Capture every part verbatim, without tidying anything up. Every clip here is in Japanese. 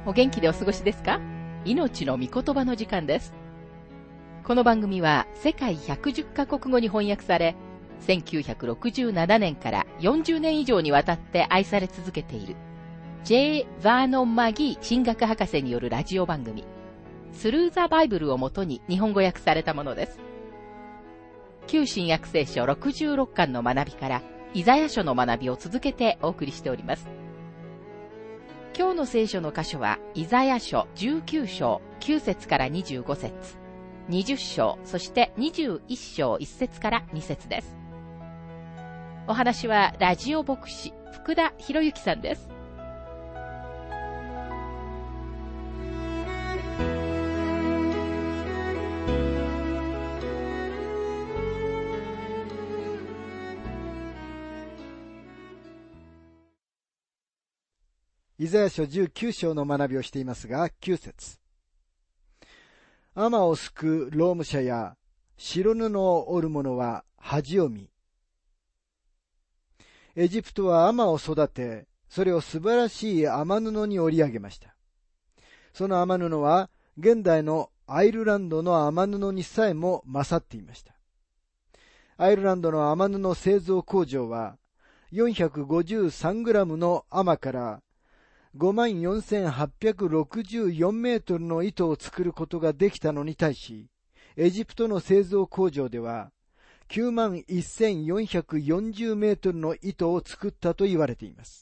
お元気でお過ごしですか？命の御言葉の時間です。この番組は世界ひゃくじゅっカ国語に翻訳され、せんきゅうひゃくろくじゅうななねんからよんじゅうねん以上にわたって愛され続けている J. バーノン・マギー神学博士によるラジオ番組スルー・ザ・バイブルをもとに日本語訳されたものです。旧新約聖書ろくじゅうろっかんの学びからイザヤ書の学びを続けてお送りしております。今日の聖書の箇所はイザヤ書じゅうきゅうしょうきゅうせつからにじゅうごせつ、にじゅっしょう、そしてにじゅういっしょういっせつからにせつです。お話はラジオ牧師福田博之さんです。 イザヤ書じゅうきゅうしょうの学びをしていますが、きゅうせつ。アマをすく労務者や白布を織る者は恥を見。エジプトはアマを育て、それを素晴らしい雨布に織り上げました。その雨布は現代のアイルランドの雨布にさえも勝っていました。アイルランドの雨布製造工場はよんひゃくごじゅうさんグラムのアマからごまんよんせんはっぴゃくろくじゅうよんメートルの糸を作ることができたのに対し、エジプトの製造工場ではきゅうまんせんよんひゃくよんじゅうメートルの糸を作ったと言われています。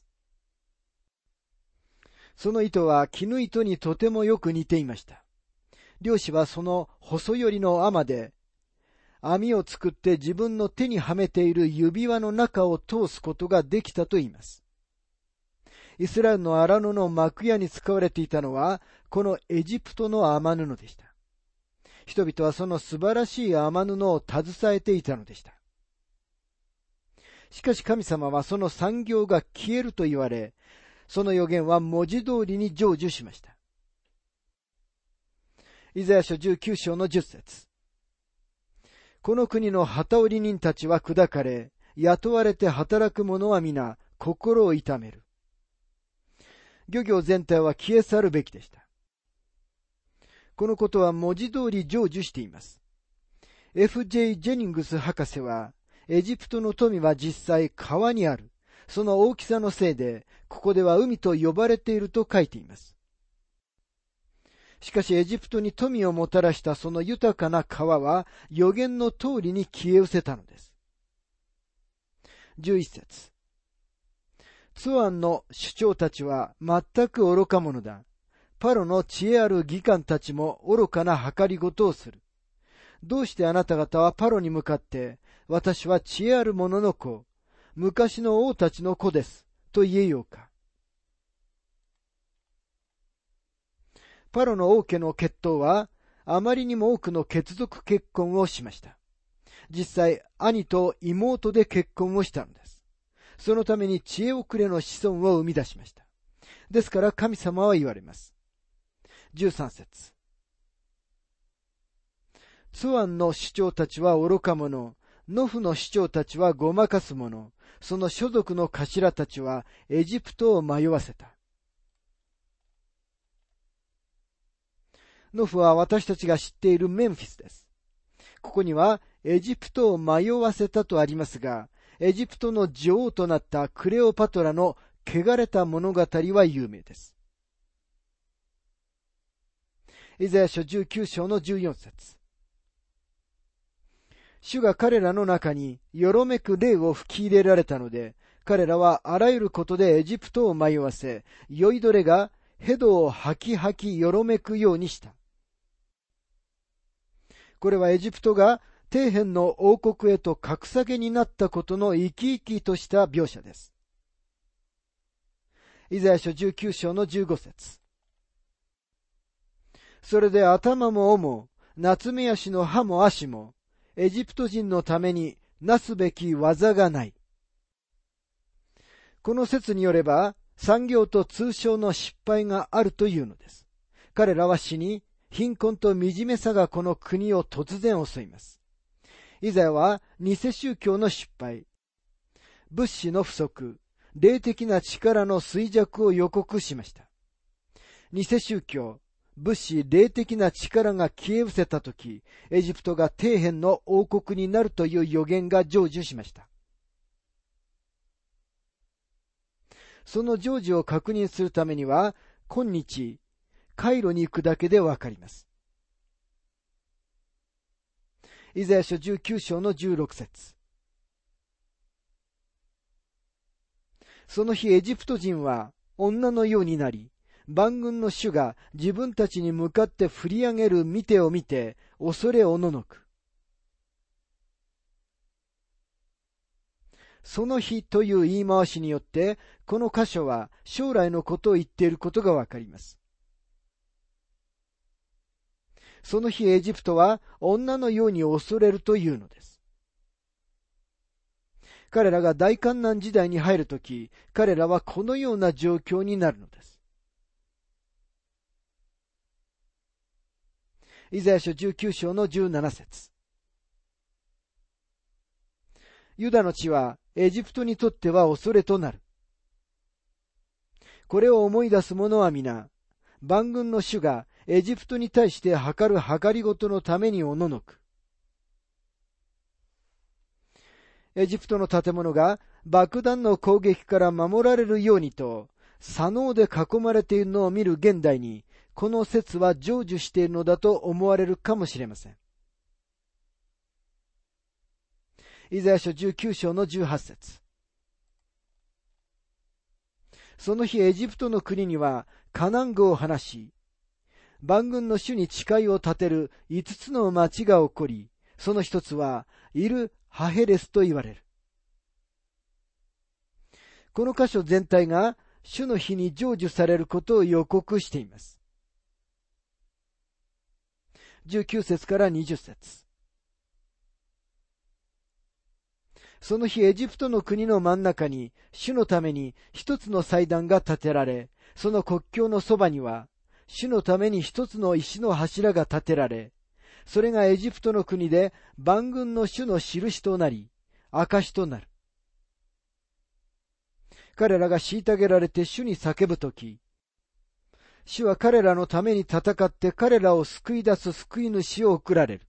その糸は絹糸にとてもよく似ていました。漁師はその細よりのアマで網を作って自分の手にはめている指輪の中を通すことができたと言います。イスラエルの荒野の幕屋に使われていたのは、このエジプトの雨布でした。人々はその素晴らしい雨布を携えていたのでした。しかし神様はその産業が消えると言われ、その予言は文字通りに成就しました。イザヤ書じゅうきゅうしょうのじゅっせつ。この国の機織り人たちは砕かれ、雇われて働く者は皆心を痛める。漁業全体は消え去るべきでした。このことは文字通り成就しています。エフジェイ ジェニングス博士は、エジプトの富は実際川にある。その大きさのせいで、ここでは海と呼ばれていると書いています。しかしエジプトに富をもたらしたその豊かな川は予言の通りに消え失せたのです。じゅういっせつ。ツアンの首長たちは全く愚か者だ。パロの知恵ある議官たちも愚かな計りごとをする。どうしてあなた方はパロに向かって、私は知恵ある者の子、昔の王たちの子です、と言えようか。パロの王家の血統は、あまりにも多くの血族結婚をしました。実際、兄と妹で結婚をしたのです。そのために知恵遅れの子孫を生み出しました。ですから神様は言われます。じゅうさんせつ。ツアンの首長たちは愚か者、ノフの首長たちはごまかす者、その所属の頭たちはエジプトを迷わせた。ノフは私たちが知っているメンフィスです。ここにはエジプトを迷わせたとありますが、エジプトの女王となったクレオパトラの汚れた物語は有名です。イザヤ書じゅうきゅうしょうのじゅうよんせつ。主が彼らの中によろめく霊を吹き入れられたので、彼らはあらゆることでエジプトを迷わせ、酔いどれがヘドを吐き吐きよろめくようにした。これはエジプトが底辺の王国へと格下げになったことの生き生きとした描写です。イザヤ書じゅうきゅうしょうのじゅうごせつ。それで頭も尾も、ナツメヤシの歯も足も、エジプト人のためになすべき技がない。この説によれば、産業と通商の失敗があるというのです。彼らは死に、貧困と惨めさがこの国を突然襲います。イザヤは偽宗教の失敗、物資の不足、霊的な力の衰弱を予告しました。 偽宗教、物資、霊的な力が消え失せたとき、エジプトが底辺の王国になるという予言が成就しました。その成就を確認するためには、今日、カイロに行くだけでわかります。イザヤ書じゅうきゅう章のじゅうろく節。その日エジプト人は女のようになり、万軍の主が自分たちに向かって振り上げる見てを見て、恐れおののく。その日という言い回しによって、この箇所は将来のことを言っていることがわかります。その日エジプトは女のように恐れるというのです。彼らが大患難時代に入るとき、彼らはこのような状況になるのです。イザヤ書じゅうきゅう章のじゅうなな節。ユダの地はエジプトにとっては恐れとなる。これを思い出す者は皆、万軍の主がエジプトに対して計る計りごとのためにおののく。エジプトの建物が爆弾の攻撃から守られるようにと、砂ので囲まれているのを見る現代に、この説は成就しているのだと思われるかもしれません。イザヤ書じゅうきゅう章のじゅうはち節。その日エジプトの国にはカナン語を話し、万軍の主に誓いを立てる五つの町が起こり、その一つはイル・ハヘレスと言われる。この箇所全体が主の日に成就されることを予告しています。じゅうきゅう節からにじゅう節。その日エジプトの国の真ん中に主のために一つの祭壇が建てられ、その国境のそばには主のために一つの石の柱が建てられ、それがエジプトの国で万軍の主の印となり、証となる。彼らが虐げられて主に叫ぶとき、主は彼らのために戦って彼らを救い出す救い主を送られる。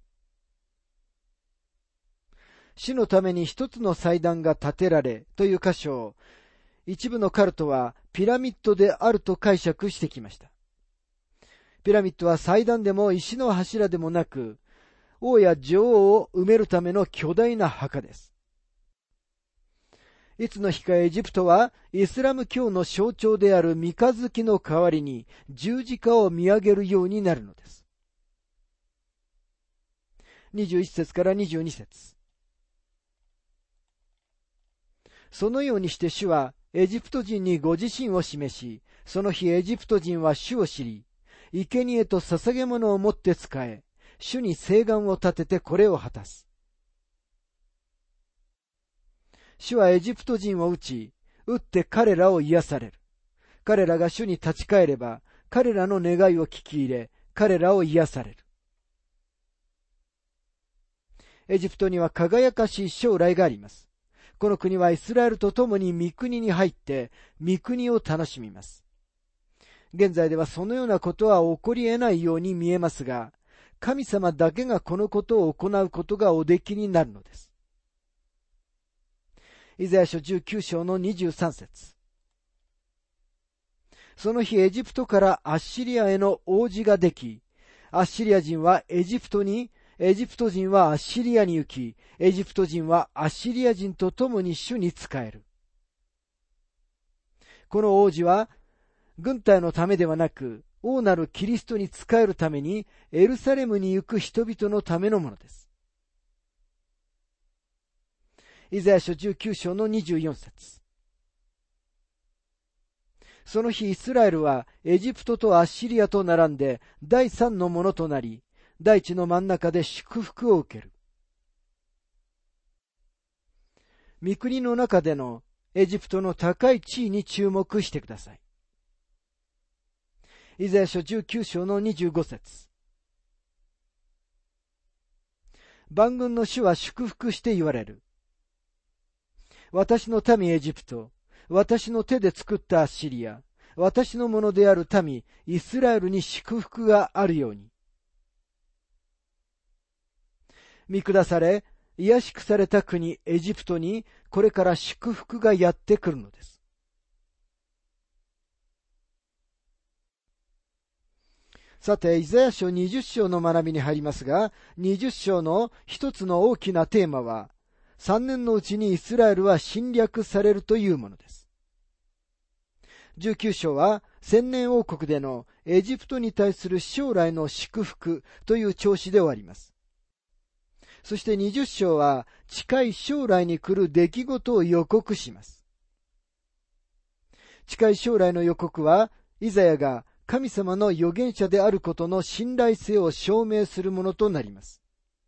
主のために一つの祭壇が建てられという箇所を、一部のカルトはピラミッドであると解釈してきました。ピラミッドは祭壇でも石の柱でもなく、王や女王を埋めるための巨大な墓です。いつの日かエジプトはイスラム教の象徴である三日月の代わりに十字架を見上げるようになるのです。にじゅういち節からにじゅうに節。そのようにして主はエジプト人にご自身を示し、その日エジプト人は主を知り、生贄と捧げ物を持って仕え、主に誓願を立ててこれを果たす。主はエジプト人を撃ち、撃って彼らを癒される。彼らが主に立ち返れば、彼らの願いを聞き入れ、彼らを癒される。エジプトには輝かしい将来があります。この国はイスラエルと共に御国に入って、御国を楽しみます。現在ではそのようなことは起こり得ないように見えますが、神様だけがこのことを行うことがおできになるのです。イザヤ書じゅうきゅう章のにじゅうさん節。その日エジプトからアッシリアへの王子ができ、アッシリア人はエジプトに、エジプト人はアッシリアに行き、エジプト人はアッシリア人と共に主に仕える。この王子は軍隊のためではなく、王なるキリストに仕えるためにエルサレムに行く人々のためのものです。イザヤ書じゅうきゅう章のにじゅうよん節。その日イスラエルはエジプトとアッシリアと並んで第三のものとなり、大地の真ん中で祝福を受ける。御国の中でのエジプトの高い地位に注目してください。イザヤ書じゅうきゅう章のにじゅうご節。万軍の主は祝福して言われる。私の民エジプト、私の手で作ったアッシリア、 私のものである民、イスラエルに祝福があるように。見下され、卑しくされた国、エジプトに、これから祝福がやってくるのです。さて、イザヤ書にじゅっ章の学びに入りますが、にじゅっ章の一つの大きなテーマは、三年のうちにイスラエルは侵略されるというものです。じゅうきゅう章は、千年王国でのエジプトに対する将来の祝福という調子で終わります。そしてにじゅっ章は、近い将来に来る出来事を予告します。近い将来の予告は、イザヤが神様の預言者であることの信頼性を証明するものとなります。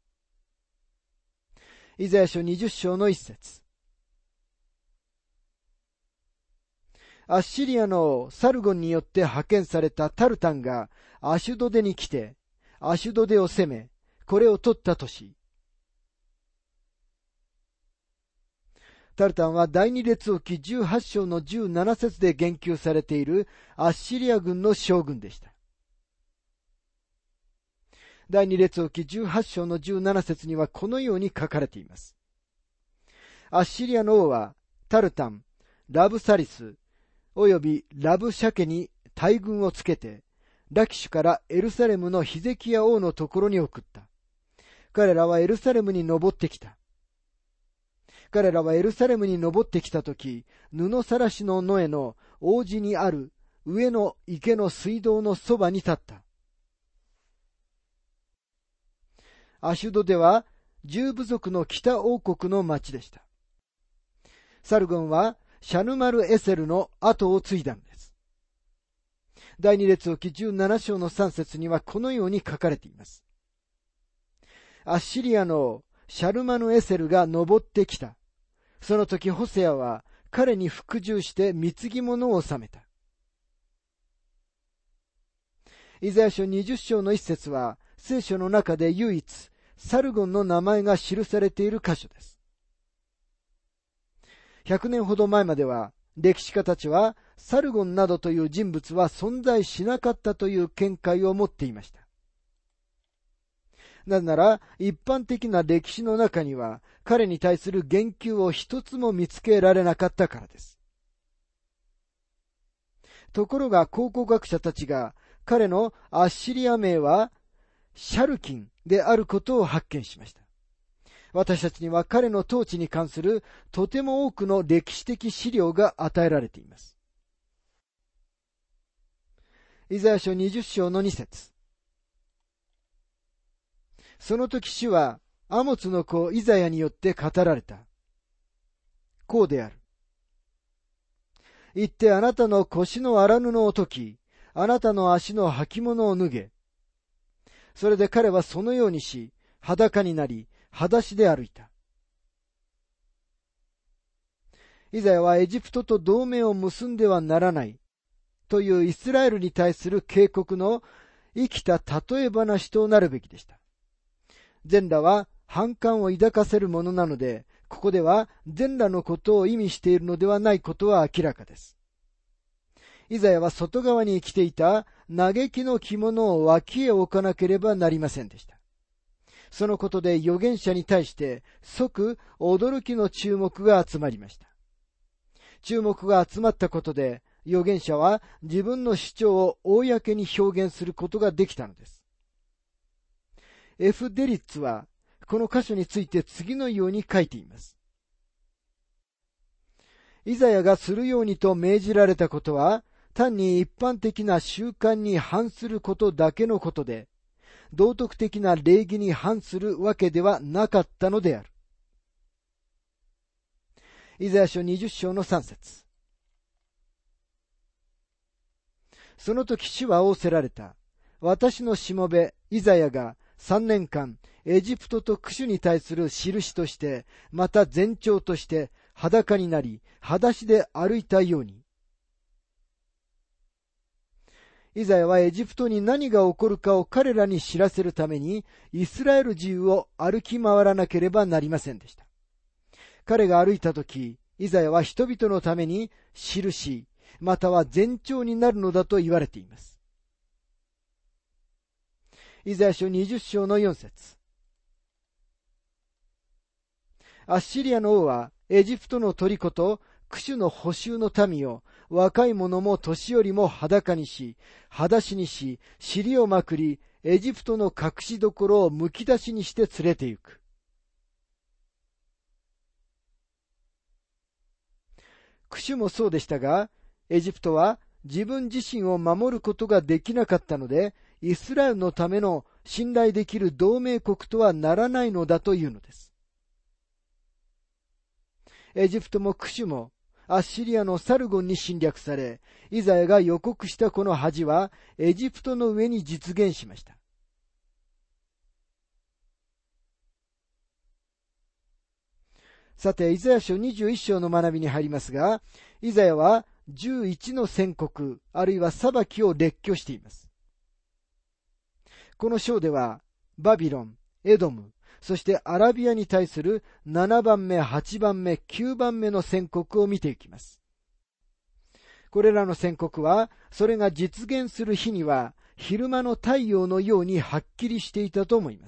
イザヤ書にじゅっ章の一節。アッシリアのサルゴンによって派遣されたタルタンがアシュドデに来て、アシュドデを攻め、これを取った年。タルタンは第二列王記じゅうはち章のじゅうなな節で言及されているアッシリア軍の将軍でした。第二列王記じゅうはち章のじゅうなな節にはこのように書かれています。アッシリアの王はタルタン、ラブサリス、およびラブシャケに大軍をつけて、ラキシュからエルサレムのヒゼキヤ王のところに送った。彼らはエルサレムに登ってきた。彼らはエルサレムに登ってきたとき、布さらしの野への王子にある上の池の水道のそばに立った。アシュドでは十部族の北王国の町でした。サルゴンはシャヌマルエセルの後を継いだのです。第二列王記じゅうなな章のさん節にはこのように書かれています。アッシリアのシャルマヌエセルが登ってきた。その時ホセアは彼に服従して貢ぎ物を納めた。イザヤ書にじゅっ章の一節は聖書の中で唯一サルゴンの名前が記されている箇所です。ひゃくねんほど前までは歴史家たちはサルゴンなどという人物は存在しなかったという見解を持っていました。なぜなら一般的な歴史の中には彼に対する言及を一つも見つけられなかったからです。ところが考古学者たちが彼のアッシリア名はシャルキンであることを発見しました。私たちには彼の統治に関するとても多くの歴史的資料が与えられています。イザヤ書にじゅっ章のに節。その時主はアモツの子イザヤによって語られた。こうである。言ってあなたの腰の荒布を解き、あなたの足の履物を脱げ。それで彼はそのようにし、裸になり、裸足で歩いた。イザヤはエジプトと同盟を結んではならないというイスラエルに対する警告の生きた例え話となるべきでした。全裸は反感を抱かせるものなので、ここでは全裸のことを意味しているのではないことは明らかです。イザヤは外側に着ていた嘆きの着物を脇へ置かなければなりませんでした。そのことで預言者に対して即驚きの注目が集まりました。注目が集まったことで預言者は自分の主張を公に表現することができたのです。エフ・デリッツはこの箇所について次のように書いています。イザヤがするようにと命じられたことは単に一般的な習慣に反することだけのことで、道徳的な礼儀に反するわけではなかったのである。イザヤ書にじゅっ章のさん節。その時主は仰せられた。私のしもべイザヤが三年間エジプトとクシュに対する印として、また前兆として裸になり裸足で歩いたように。イザヤはエジプトに何が起こるかを彼らに知らせるためにイスラエル中を歩き回らなければなりませんでした。彼が歩いたとき、イザヤは人々のために印、 または前兆になるのだと言われています。イザヤ書にじゅっ章のよん節。アッシリアの王はエジプトの虜とクシュの捕囚の民を若い者も年寄りも裸にし、裸足にし、尻をまくり、エジプトの隠しどころをむき出しにして連れて行く。クシュもそうでしたが、エジプトは自分自身を守ることができなかったので、イスラエルのための信頼できる同盟国とはならないのだというのです。エジプトもクシュもアッシリアのサルゴンに侵略され、イザヤが予告したこの恥はエジプトの上に実現しました。さて、イザヤ書にじゅういっ章の学びに入りますが、イザヤはじゅういちの宣告、あるいは裁きを列挙しています。この章では、バビロン、エドム、そしてアラビアに対するななばんめ、はちばんめ、きゅうばんめの宣告を見ていきます。これらの宣告は、それが実現する日には、昼間の太陽のようにはっきりしていたと思います。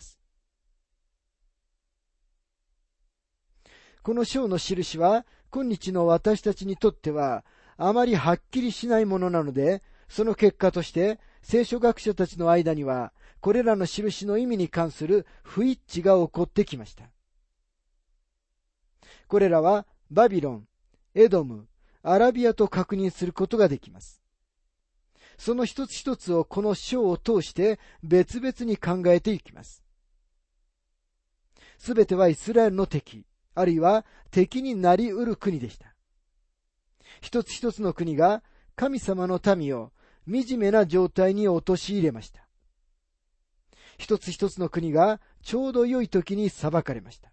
この章の印は、今日の私たちにとっては、あまりはっきりしないものなので、その結果として、聖書学者たちの間には、これらの印の意味に関する不一致が起こってきました。これらは、バビロン、エドム、アラビアと確認することができます。その一つ一つをこの章を通して別々に考えていきます。すべてはイスラエルの敵、あるいは敵になり得る国でした。一つ一つの国が神様の民を惨めな状態に陥れました。一つ一つの国がちょうど良い時に裁かれました。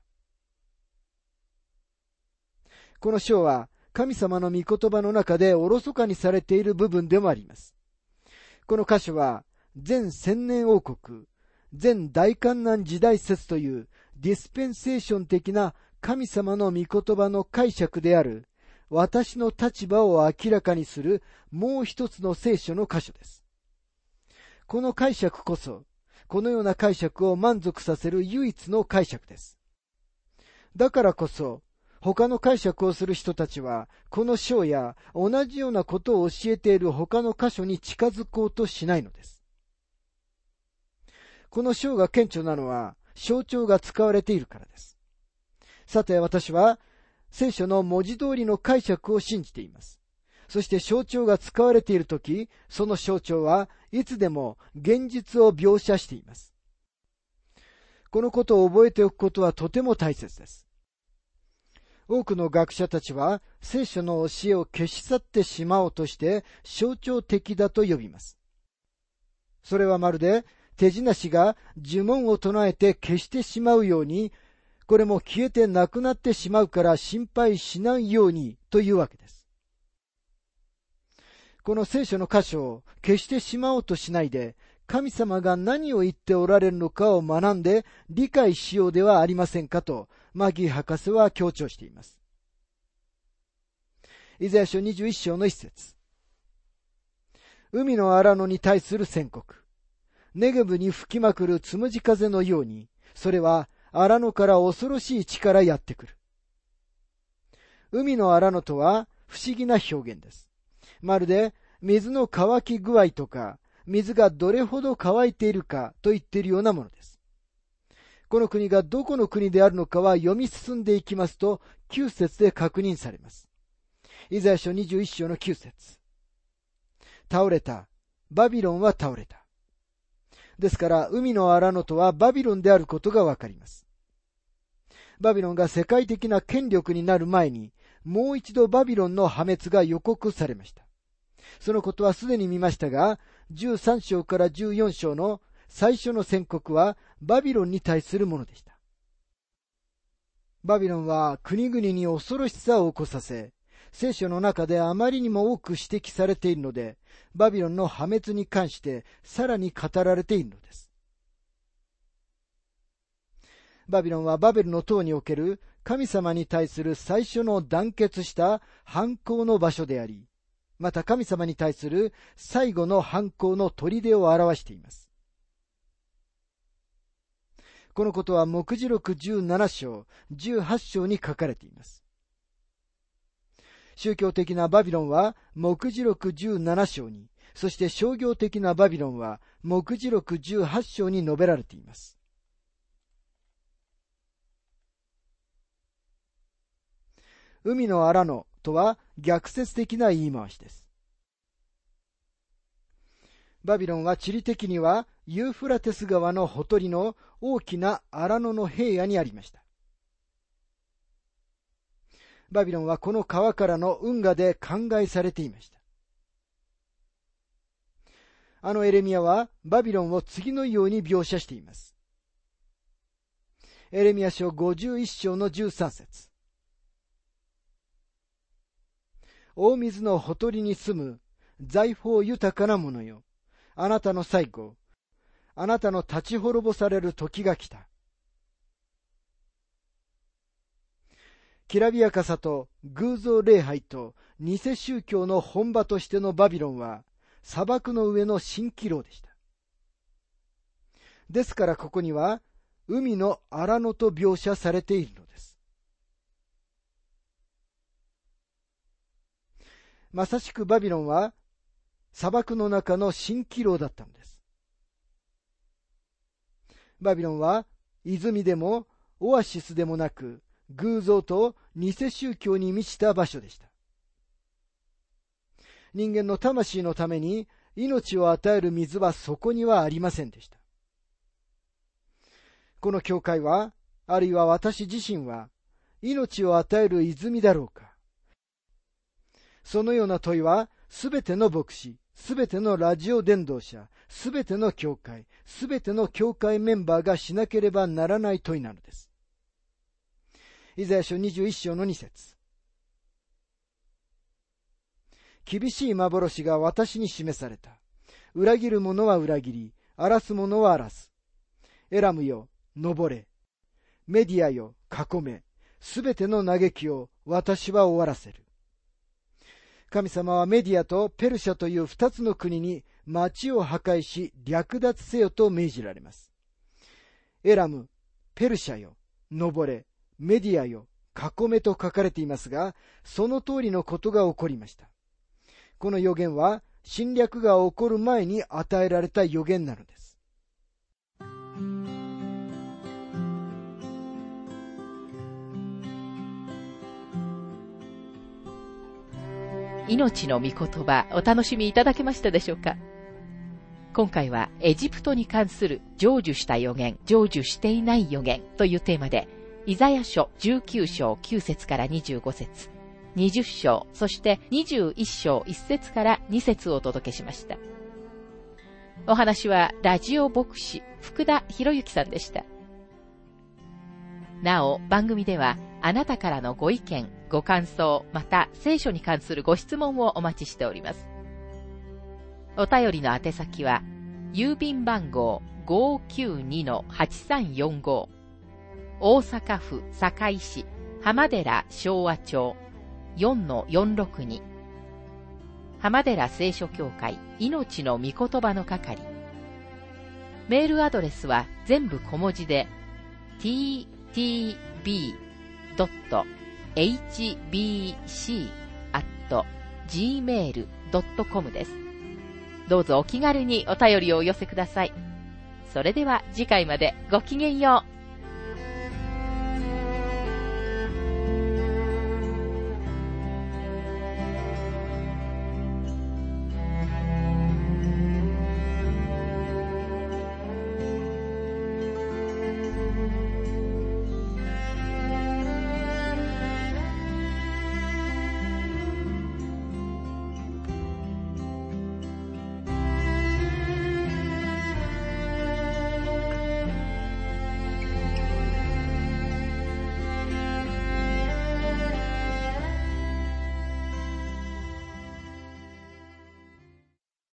この章は神様の御言葉の中でおろそかにされている部分でもあります。この箇所は全千年王国、全大観難時代説というディスペンセーション的な神様の御言葉の解釈である私の立場を明らかにするもう一つの聖書の箇所です。この解釈こそ、このような解釈を満足させる唯一の解釈です。だからこそ、他の解釈をする人たちは、この章や同じようなことを教えている他の箇所に近づこうとしないのです。この章が顕著なのは、象徴が使われているからです。さて、私は、聖書の文字通りの解釈を信じています。そして象徴が使われているとき、その象徴はいつでも現実を描写しています。このことを覚えておくことはとても大切です。多くの学者たちは聖書の教えを消し去ってしまおうとして象徴的だと呼びます。それはまるで手品師が呪文を唱えて消してしまうように、これも消えてなくなってしまうから心配しないようにというわけです。この聖書の箇所を消してしまおうとしないで、神様が何を言っておられるのかを学んで理解しようではありませんかと、マギー博士は強調しています。イザヤ書にじゅういっ章の一節。海の荒野に対する宣告。ネゲブに吹きまくるつむじ風のように、それは荒野から恐ろしい力やってくる。海の荒野とは不思議な表現です。まるで水の乾き具合とか、水がどれほど乾いているかと言っているようなものです。この国がどこの国であるのかは読み進んでいきますと、きゅう節で確認されます。イザヤ書にじゅういっ章のきゅう節。倒れた。バビロンは倒れた。ですから、海の荒野とはバビロンであることがわかります。バビロンが世界的な権力になる前に、もう一度バビロンの破滅が予告されました。そのことはすでに見ましたが、じゅうさん章からじゅうよん章の最初の宣告はバビロンに対するものでした。バビロンは国々に恐ろしさを起こさせ、聖書の中であまりにも多く指摘されているので、バビロンの破滅に関してさらに語られているのです。バビロンはバベルの塔における神様に対する最初の団結した反抗の場所であり、 また神様に対する最後の反抗の砦を表しています。このことは黙示録じゅうなな章、じゅうはち章に書かれています。宗教的なバビロンは黙示録じゅうなな章に、そして商業的なバビロンは黙示録じゅうはち章に述べられています。海の荒野とは逆説的な言い回しです。バビロンは地理的にはユーフラテス川のほとりの大きな荒野の平野にありました。バビロンはこの川からの運河で灌漑されていました。あのエレミヤはバビロンを次のように描写しています。エレミヤ書ごじゅういち章のじゅうさん節。大水のほとりに住む財宝豊かな者よ。あなたの最後、あなたの立ち滅ぼされる時が来た。きらびやかさと偶像礼拝と偽宗教の本場としてのバビロンは砂漠の上の蜃気楼でした。ですからここには海の荒野と描写されているのです。まさしくバビロンは砂漠の中の蜃気楼だったのです。バビロンは泉でもオアシスでもなく、偶像と偽宗教に満ちた場所でした。人間の魂のために命を与える水はそこにはありませんでした。この教会は、あるいは私自身は、命を与える泉だろうか。そのような問いは、すべての牧師、すべてのラジオ伝道者、すべての教会、すべての教会メンバーがしなければならない問いなのです。イザヤ書にじゅういち章のに節。厳しい幻が私に示された。裏切る者は裏切り、荒らす者は荒らす。エラムよ、登れ。メディアよ、囲め。すべての嘆きを私は終わらせる。神様はメディアとペルシャという二つの国に町を破壊し略奪せよと命じられます。エラム、ペルシャよ、登れ。メディアよ、囲めと書かれていますが、その通りのことが起こりました。この予言は侵略が起こる前に与えられた予言なのです。 命の御言葉、お楽しみいただけましたでしょうか。今回はエジプトに関する成就した予言、成就していない予言というテーマで、イザヤ書じゅうきゅう章きゅう節からにじゅうご節、にじゅう章、そしてにじゅういち章いち節からに節をお届けしました。お話はラジオ牧師福田博之さんでした。なお、番組ではあなたからのご意見、ご感想、また聖書に関するご質問をお待ちしております。お便りの宛先は、郵便番号 ごーきゅうにのはちさんよんご、大阪府堺市浜寺昭和町 よんのよんろくに、浜寺聖書協会命の御言葉の係。メールアドレスは全部小文字で ティーティービードットエイチビーシーアットジーメールドットコム です。どうぞお気軽にお便りをお寄せください。それでは次回までごきげんよう。